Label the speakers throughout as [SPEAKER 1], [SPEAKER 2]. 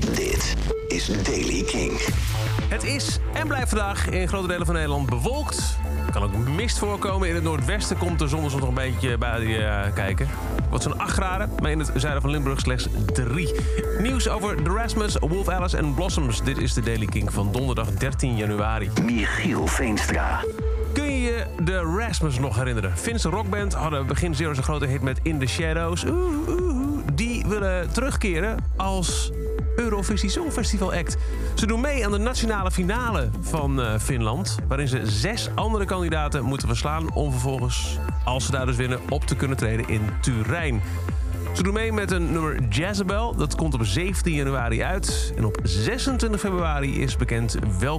[SPEAKER 1] Dit is Daily King.
[SPEAKER 2] Het is en blijft vandaag in grote delen van Nederland bewolkt. Er kan ook mist voorkomen. In het noordwesten komt de zon nog een beetje bij je kijken. Wat zo'n 8 graden, maar in het zuiden van Limburg slechts 3. Nieuws over The Rasmus, Wolf Alice en Blossoms. Dit is de Daily King van donderdag 13 januari.
[SPEAKER 1] Michiel Veenstra.
[SPEAKER 2] Kun je je de Rasmus nog herinneren? Finse rockband hadden begin zero's een grote hit met In the Shadows. Die willen terugkeren als Eurovisie Songfestival act. Ze doen mee aan de nationale finale van Finland, waarin ze 6 andere kandidaten moeten verslaan om vervolgens, als ze daar dus winnen, op te kunnen treden in Turijn. Ze doen mee met een nummer Jezebel. Dat komt op 17 januari uit. En op 26 februari is bekend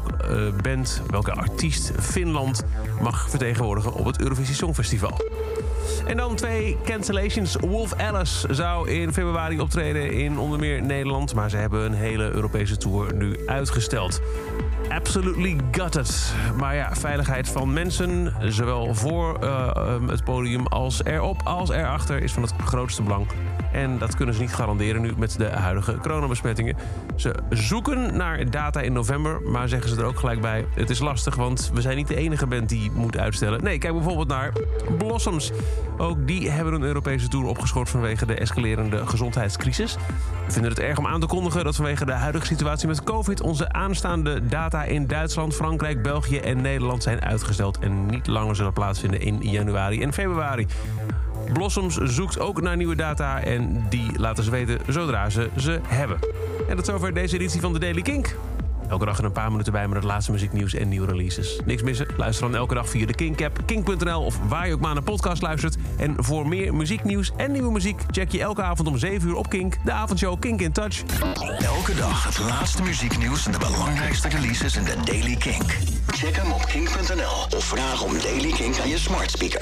[SPEAKER 2] welke artiest Finland mag vertegenwoordigen op het Eurovisie Songfestival. En dan 2 cancellations. Wolf Alice zou in februari optreden in onder meer Nederland, maar ze hebben een hele Europese tour nu uitgesteld. Absolutely gutted. Maar ja, veiligheid van mensen, zowel voor het podium als erop als erachter, is van het grootste belang. En dat kunnen ze niet garanderen nu met de huidige coronabesmettingen. Ze zoeken naar data in november, maar zeggen ze er ook gelijk bij: het is lastig, want we zijn niet de enige band die moet uitstellen. Nee, kijk bijvoorbeeld naar Blossoms. Ook die hebben een Europese tour opgeschort vanwege de escalerende gezondheidscrisis. We vinden het erg om aan te kondigen dat vanwege de huidige situatie met COVID onze aanstaande data in Duitsland, Frankrijk, België en Nederland zijn uitgesteld en niet langer zullen plaatsvinden in januari en februari. Blossoms zoekt ook naar nieuwe data en die laten ze weten zodra ze hebben. En tot zover deze editie van de Daily Kink. Elke dag er een paar minuten bij met het laatste muzieknieuws en nieuwe releases. Niks missen? Luister dan elke dag via de Kink-app, kink.nl of waar je ook maar naar een podcast luistert. En voor meer muzieknieuws en nieuwe muziek check je elke avond om 7 uur op Kink de avondshow Kink in Touch.
[SPEAKER 1] Elke dag het laatste muzieknieuws en de belangrijkste releases in de Daily Kink. Check hem op kink.nl of vraag om Daily Kink aan je smart speaker.